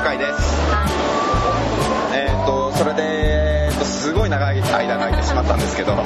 井です。それですごい長い間が空いてしまったんですけど、はい、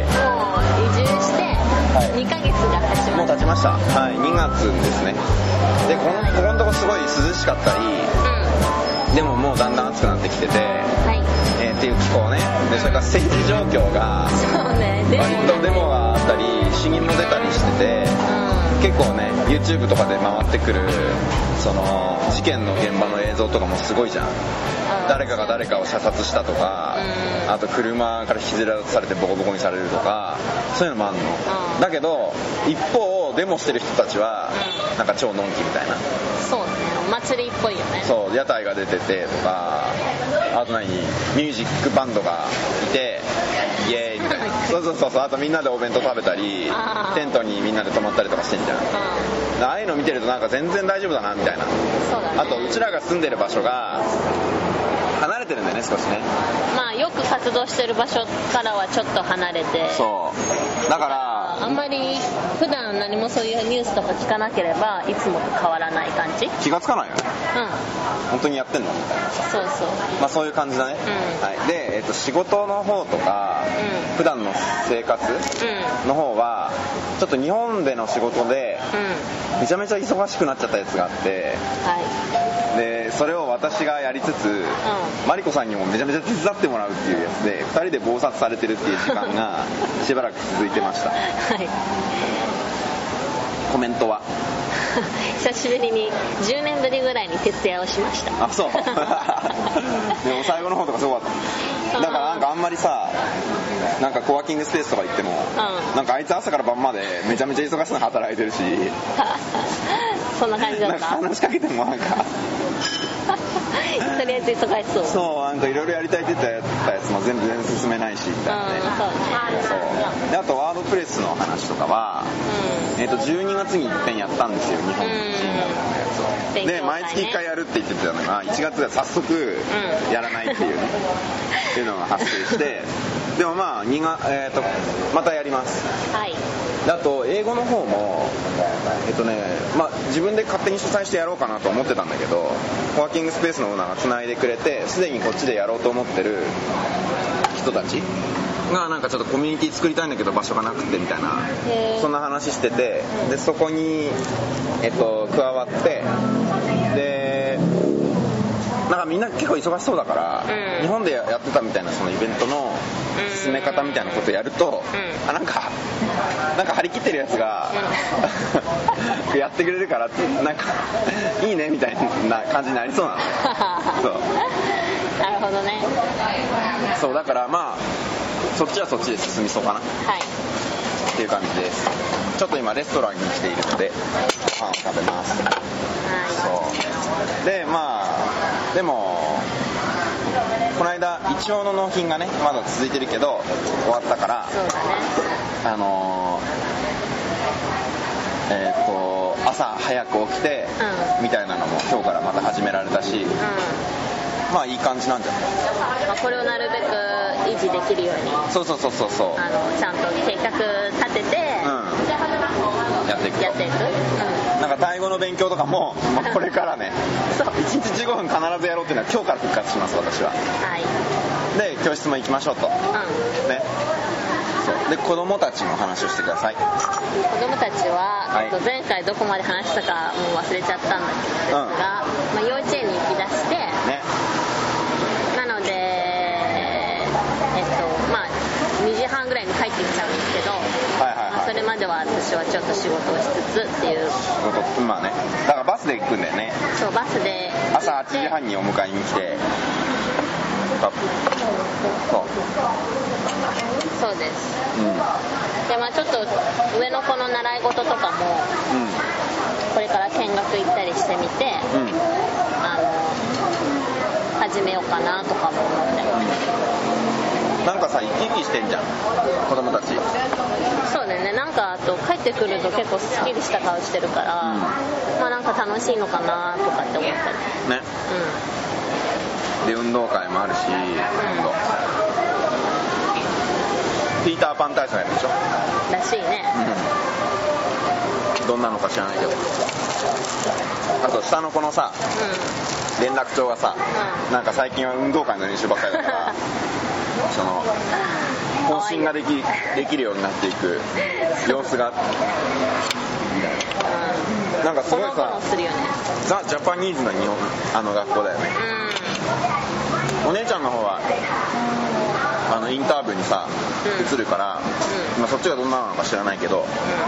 もう移住して2ヶ月が経ちました。 もう経ちました。はい、2月ですね。で、このとこすごい涼しかったり、でももうだんだん暑くなってきてて、っていう気候ね。で、それから政治状況が割とデモがあったり死人も出たりしてて、結構ね YouTube とかで回ってくるその事件の現場の映像とかもすごいじゃん。誰かが誰かを射殺したとか、あと車から引きずり出されてボコボコにされるとか、そういうのもあるの。だけど一方デモしてる人たちはなんか超のんきみたいな。 そうね、お祭りっぽいよね。 そう、屋台が出ててとか、あとミュージックバンドがいてイエーイみたいな。そう、あとみんなでお弁当食べたりテントにみんなで泊まったりとかしてんじゃん。ああいうの見てるとなんか全然大丈夫だなみたいな。 そうだね。 あとうちらが住んでる場所が離れてるんだよね、少しね。 まあよく活動してる場所からはちょっと離れて、 そうだからあんまり普段何もそういうニュースとか聞かなければいつもと変わらない感じ。 気がつかないよね。本当にやってんのみたいな。 そうまあそういう感じだね。はい。で、仕事の方とか、普段の生活の方はちょっと日本での仕事でめちゃめちゃ忙しくなっちゃったやつがあって、でそれを私がやりつつ、マリコさんにもめちゃめちゃ手伝ってもらうっていうやつで2人で忙殺されてるっていう時間がしばらく続いてました。コメントは久しぶりに10年ぶりぐらいに徹夜をしました。 あ、そうでも最後の方とかすごかった。だからなんかあんまりさ、なんかコワーキングスペースとか行っても、なんかあいつ朝から晩までめちゃめちゃ忙しく働いてるしそんな感じだった。 なんか話しかけてもなんかとりあえず忙しそう。 そう、なんかいろいろやりたいって言ったやつも全然進めないしみたいなね。そうで、あとワードプレスの話とかは、12月に一遍やったんですよ、日本人のやつを。で毎月1回やるって言ってたのが1月が早速やらないっていうね、っていうのが発生して、でもまあまたやります。であと英語の方もまあ自分で勝手に主催してやろうかなと思ってたんだけど、コワーキングスペースのオーナーが繋いでくれて、すでにこっちでやろうと思ってる人たちがなんかちょっとコミュニティ作りたいんだけど場所がなくてみたいな、そんな話してて、でそこに加わって、でなんかみんな結構忙しそうだから、日本でやってたみたいなそのイベントの進め方みたいなことやると、なんか張り切ってるやつがやってくれるからって、なんかいいねみたいな感じになりそうなの。そうなるほどね。 そうだからまあそっちはそっちで進みそうかな、っていう感じです。ちょっと今レストランに来ているのでパンを食べます。そうで、まあでもこの間イチョウの納品がねまだ続いてるけど終わったから、朝早く起きて、みたいなのも今日からまた始められたし、まあいい感じなんじゃない。 これをなるべく維持できるように、 そうちゃんと計画立てて、やっていく。 なんかタイ語の勉強とかも、これからね1日15分必ずやろうっていうのは今日から復活します、私は。で教室も行きましょうと、ね。そうで子供たちの話をしてください。子供たちは、前回どこまで話したかもう忘れちゃったんですが、幼稚園に行きだして、なのでまあ2時半ぐらいに帰ってきちゃうんですけど、それまでは私はちょっと仕事をしつつっていう。 まあね、だからバスで行くんだよね。 そう、バスで朝8時半にお迎えに来て、 そうです。でまあちょっと上の子の習い事とかも、これから見学行ったりしてみて、始めようかなとかも思ってます。 なんかさ、生き生きしてんじゃん、子供たち。 そうだよね。なんかあと帰ってくると結構すっきりした顔してるから、まあなんか楽しいのかなとかって思ったりね。 で運動会もあるし、ピーターパン体操やるでしょ。 らしいね。 どんなのか知らないけど、あと下のこのさ、連絡帳がさ、なんか最近は運動会の練習ばっかりだからその更新ができるようになっていく様子がなんかすごいさ、ザ・ジャパニーズの日本学校だよね。お姉ちゃんの方はインター部にさ移るから、まあ、そっちがどんなのか知らないけど、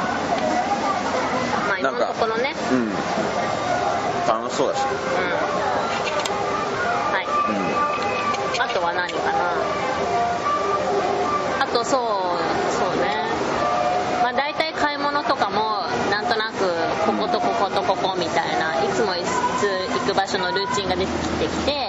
まあ今のところね、 楽しそうだし、 はい、あとは何かな。あとそうね、まあ大体買い物とかもなんとなくこことこことここみたいな、いつも行く場所のルーチンができてきて、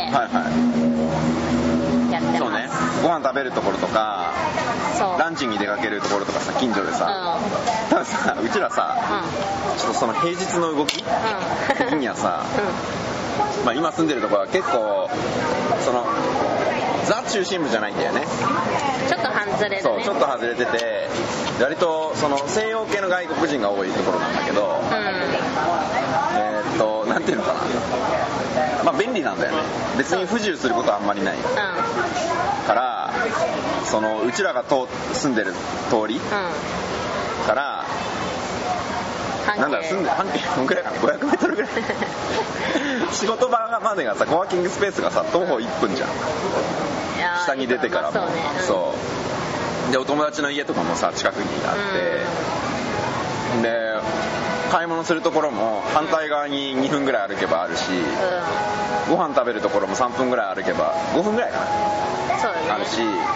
やってます。 そうね、ご飯食べるところとかランチに出かけるところとかさ、近所でさ、多分さ、うちらさ、ちょっとその平日の動き的にはさ、まあ今住んでるところは結構そのザ中心部じゃないんだよね。 ちょっと外れてね。 そう、ちょっと外れてて、割とその西洋系の外国人が多いところなんだけど、なんていうのかな、まあ便利なんだよね。別に不自由することはあんまりない、から、そのうちらが住んでる通り、から、なんだろう、住んで半径どんくらいかな、500メートルぐらい仕事場までがさ、コワーキングスペースがさ、徒歩1分じゃん。下に出てからも、そうで、お友達の家とかもさ近くにあって、で買い物するところも反対側に2分ぐらい歩けばあるし、ご飯食べるところも3分ぐらい歩けば5分ぐらいかな、あるし、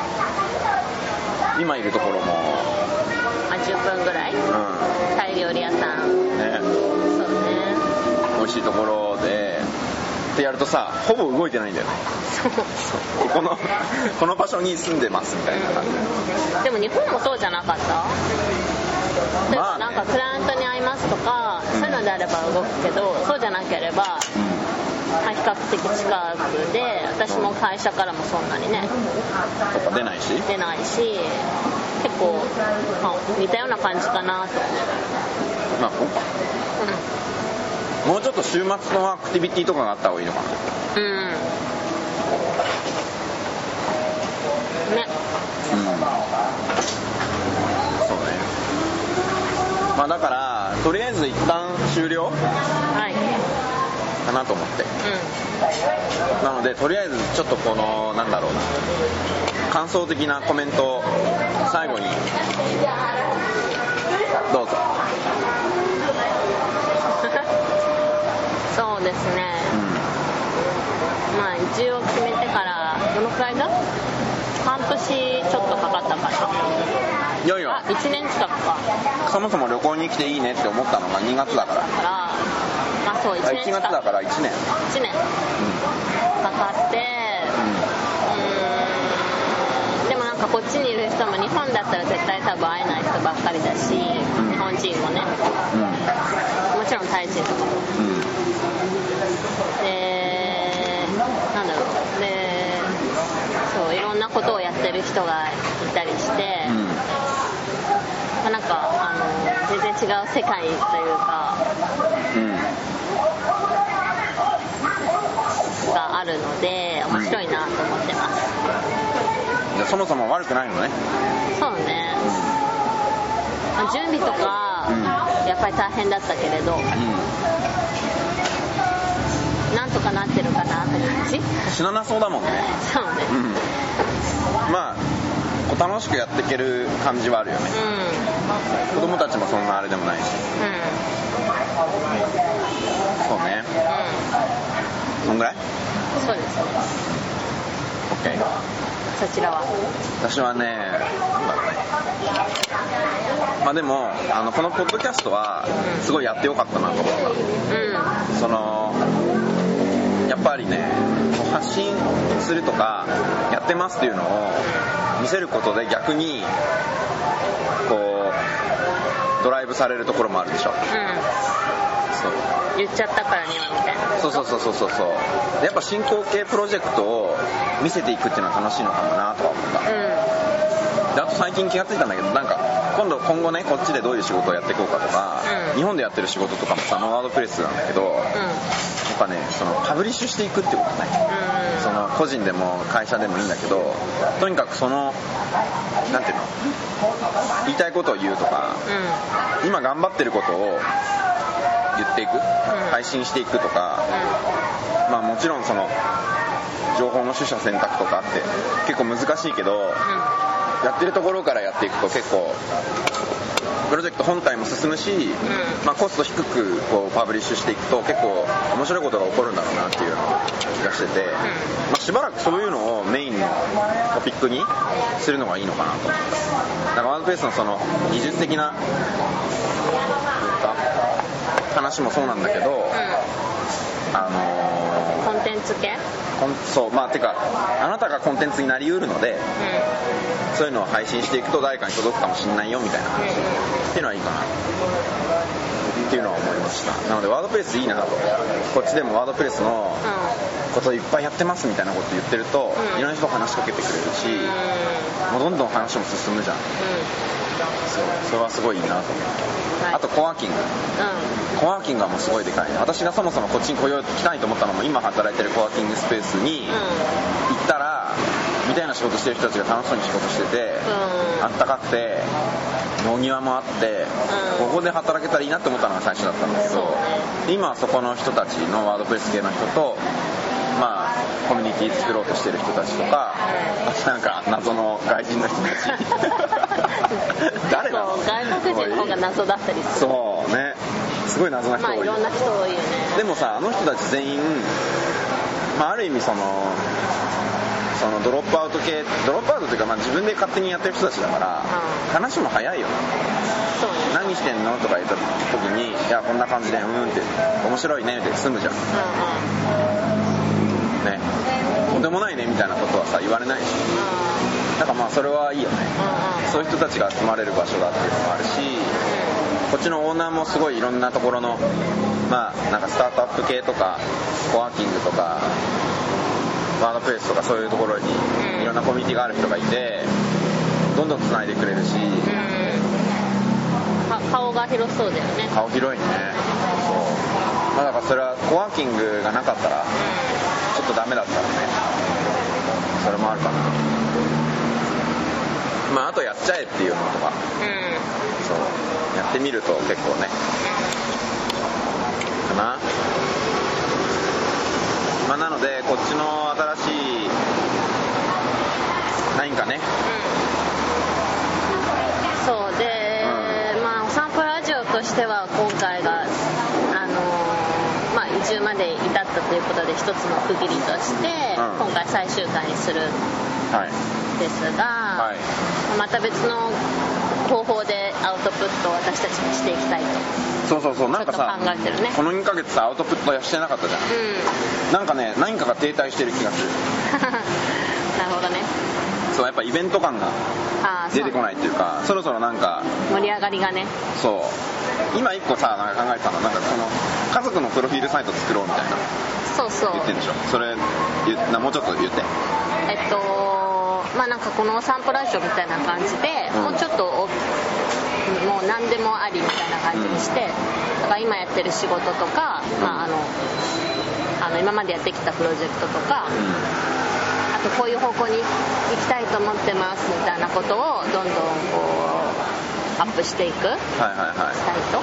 今いるところも 10分ぐらい、タイ料理屋さんね、そうね、 美味しいところでってやるとさ、ほぼ動いてないんだよね。この場所に住んでますみたいな感じでも日本もそうじゃなかった？まあね、なんかクライアントに会いますとか、そういうのであれば動くけど、そうじゃなければ、まあ、比較的近くで、私も会社からもそんなにね出ないし結構、まあ、似たような感じかなと。 まあそうか、もうちょっと週末のアクティビティとかがあった方がいいのかな。ね、そうね。まあだからとりあえず一旦終了、かなと思って、なのでとりあえずちょっとこのなんだろうな、感想的なコメントを最後にどうぞ。 そうですね、まあ一応決めてからどのくらいだ、半年ちょっとかかったかな。 いやいや、 1年近くか。 そもそも旅行に来ていいねって思ったのが2月だから、 まあそう、1年近く、 1月だから1年かかって、でもなんかこっちにいる人も日本だったら絶対多分会えない人ばっかりだし、日本人もね、もちろんタイ人とかも、で、なんだろう、で、そう、いろんなことをやってる人がいたりして、まあ、なんか全然違う世界というか、があるので面白いなと思ってます。 じゃあそもそも悪くないのね。 そうね、準備とか、やっぱり大変だったけれど、なんとかなってるかなって感じ。 死ななそうだもんね。 そうね、 まあ楽しくやっていける感じはあるよね、子供たちもそんなあれでもないし、そうね、そんぐらい？ そうですね。 OK。 そちらは？ 私はね、なんだろうね、まあでもこのポッドキャストはすごいやってよかったなと思った、そのやっぱりね、発信するとかやってますっていうのを見せることで逆にこうドライブされるところもあるでしょ、そう言っちゃったからにはみたいな。 そうやっぱ進行形プロジェクトを見せていくっていうのは楽しいのかもなとは思った、であと最近気がついたんだけど、なんか今後ねこっちでどういう仕事をやっていこうかとか、日本でやってる仕事とかもさワードプレスなんだけど、やっぱねそのパブリッシュしていくってことね、その個人でも会社でもいいんだけど、とにかくそのなんていうの言いたいことを言うとか、今頑張ってることを言っていく、配信していくとか、まあもちろんその情報の取捨選択とかって結構難しいけど、やってるところからやっていくと結構プロジェクト本体も進むし、まあ、コスト低くこうパブリッシュしていくと結構面白いことが起こるんだろうなっていう気がしてて、まあ、しばらくそういうのをメインのトピックにするのがいいのかなと思います。だからワードプレスのその技術的な話もそうなんだけど、 コンテンツ系？ そう、まあてかあなたがコンテンツになりうるので、そういうのを配信していくと誰かに届くかもしれないよみたいな話っていうのはいいかなっていうのは思いました。なのでワードプレスいいなと、こっちでもワードプレスのことをいっぱいやってますみたいなこと言ってると、いろんな人話しかけてくれるし、もうどんどん話も進むじゃん。それはすごいいいなと思って、あとコワーキング、コワーキングはもうすごいでかいね。私がそもそもこっちに来たいと思ったのも今働いてるコワーキングスペースに行ったら、みたいな仕事してる人たちが楽しそうに仕事してて、あったかくて野際もあって、ここで働けたらいいなって思ったのが最初だったんだけど、今はそこの人たちのワードプレス系の人とまあコミュニティ作ろうとしてる人たちとか、なんか謎の外人の人たち誰なの？ 外国人の方が謎だったりする。 そうね、すごい謎な人多い。 まあいろんな人多いよね。でもさ、あの人たち全員、まあ、ある意味そのドロップアウトというか、まあ、自分で勝手にやってる人たちだから、話も早いよね。 そうね。 何してんのとか言った時に、いやこんな感じでって面白いねって済むじゃん。ね、とんでもないねみたいなことはさ言われないし、だからまあそれはいいよね。そういう人たちが集まれる場所だっていうのもあるし、こっちのオーナーもすごいいろんなところのまあなんかスタートアップ系とかコワーキングとかワードプレスとかそういうところにいろんなコミュニティがある人がいて、どんどん繋いでくれるし、 顔が広そうだよね。 顔広いね。そう、まあ、だからそれはコワーキングがなかったらちょっとダメだったらね、それもあるかな。まああとやっちゃえっていうのとか、そうやってみると結構ね、かな。まあなのでこっちの新しい何かね、 そうで、まあお散歩ラジオとしては今回がまあ移住まで至ったということで一つの区切りとして、今回最終回にするんですが、また別の方法でアウトプットを私たちにしていきたいと。 そうなんかさ、 考えてるね。 この2ヶ月さアウトプットしてなかったじゃん。なんかね、何かが停滞してる気がする。 なるほどね。 そう、やっぱイベント感が出てこないっていうか、そろそろなんか盛り上がりがね。そう、 今一個さなんか考えてたの、なんかその家族のプロフィールサイト作ろうみたいな。 そう言ってんでしょ。それもうちょっと言って。 まあなんかこの散歩ラジオみたいな感じで、もうちょっともう何でもありみたいな感じにして、だから今やってる仕事とか、まあ今までやってきたプロジェクトとか、あとこういう方向に行きたいと思ってますみたいなことをどんどんこうアップしていくサイト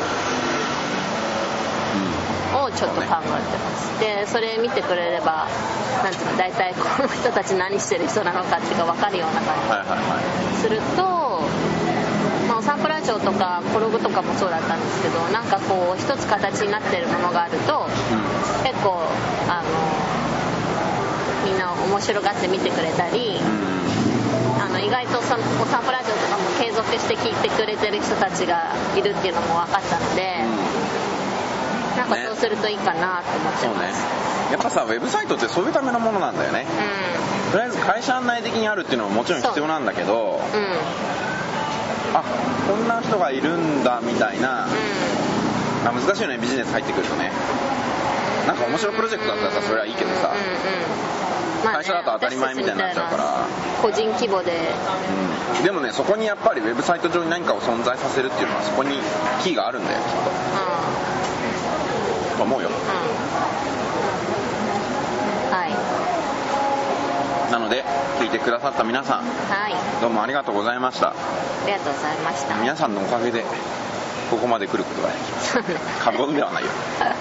をちょっと考えてます。でそれ見てくれればなんていうの、大体この人たち何してる人なのかっていうか分かるような感じすると、まあ、お散歩ラジオとかブログとかもそうだったんですけど、なんかこう一つ形になってるものがあると、結構みんな面白がって見てくれたり、意外とお散歩ラジオとかも継続して聞いてくれてる人たちがいるっていうのも分かったので、なんかそうするといいかなと思ってます。そうね、 やっぱさウェブサイトってそういうためのものなんだよね。とりあえず会社案内的にあるっていうのももちろん必要なんだけど、あ、こんな人がいるんだみたいな、難しいよね、ビジネス入ってくるとね。なんか面白いプロジェクトだったらさそれはいいけどさ、会社だと当たり前みたいになっちゃうから、 個人規模ででもね、そこにやっぱりウェブサイト上に何かを存在させるっていうのはそこにキーがあるんだよきっと、と思うよ、 はい。 なので聞いてくださった皆さん、 はい、 どうもありがとうございました。 ありがとうございました。 皆さんのおかげでここまで来ることができます過言ではないよ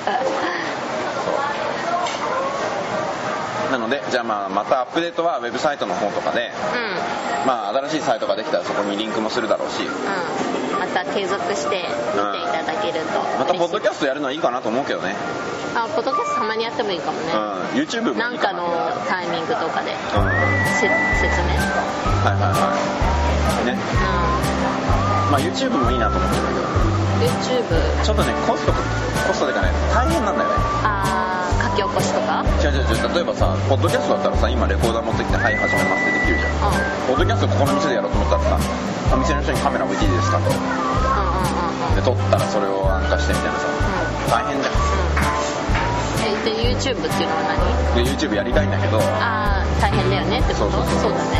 なので、じゃあまたアップデートはウェブサイトの方とかで、新しいサイトができたらそこにリンクもするだろうし、 また継続して見ていただけると、 またポッドキャストやるのはいいかなと思うけどね。 ポッドキャストたまにやってもいいかもね、 YouTube もいいかな。 なんかのタイミングとかで、説明はいはいはいね、YouTube もいいなと思ってるんだけど、 YouTube ちょっとねコストとかね大変なんだよね。 書き起こしとか。 違う例えばさ、ポッドキャストだったらさ、今レコーダー持ってきてはい始めますってできるじゃん、ポッドキャストここの店でやろうと思ったらさ、お店の人にカメラ置いていいですかと、で撮ったらそれを暗化してみたいなさ、大変じゃん。 で YouTube っていうのは何？で YouTube やりたいんだけど、 大変だよねってこと？そうだね。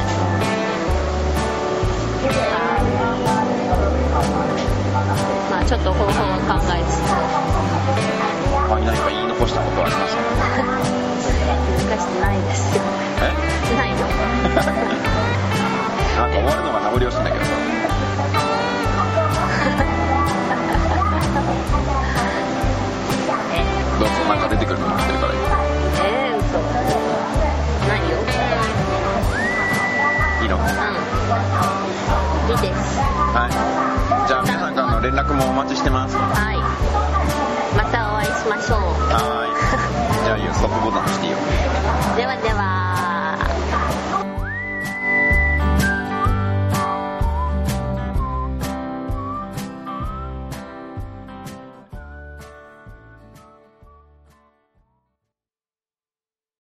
ちょっと方法を考えつつ、 何か言い残したことはありますか？ 難しくないです。ないのなんか終わるのが名残惜しいんだけどさどうぞ、なんか出てくるの待ってるからいい。 嘘ないよ。 いいの？ いいです。 はい、じゃあ皆さんからの連絡もお待ちしてます。 はい、またお会いしましょう。 はいじゃあいいよ、ストップボタン押していいよ。 ではでは。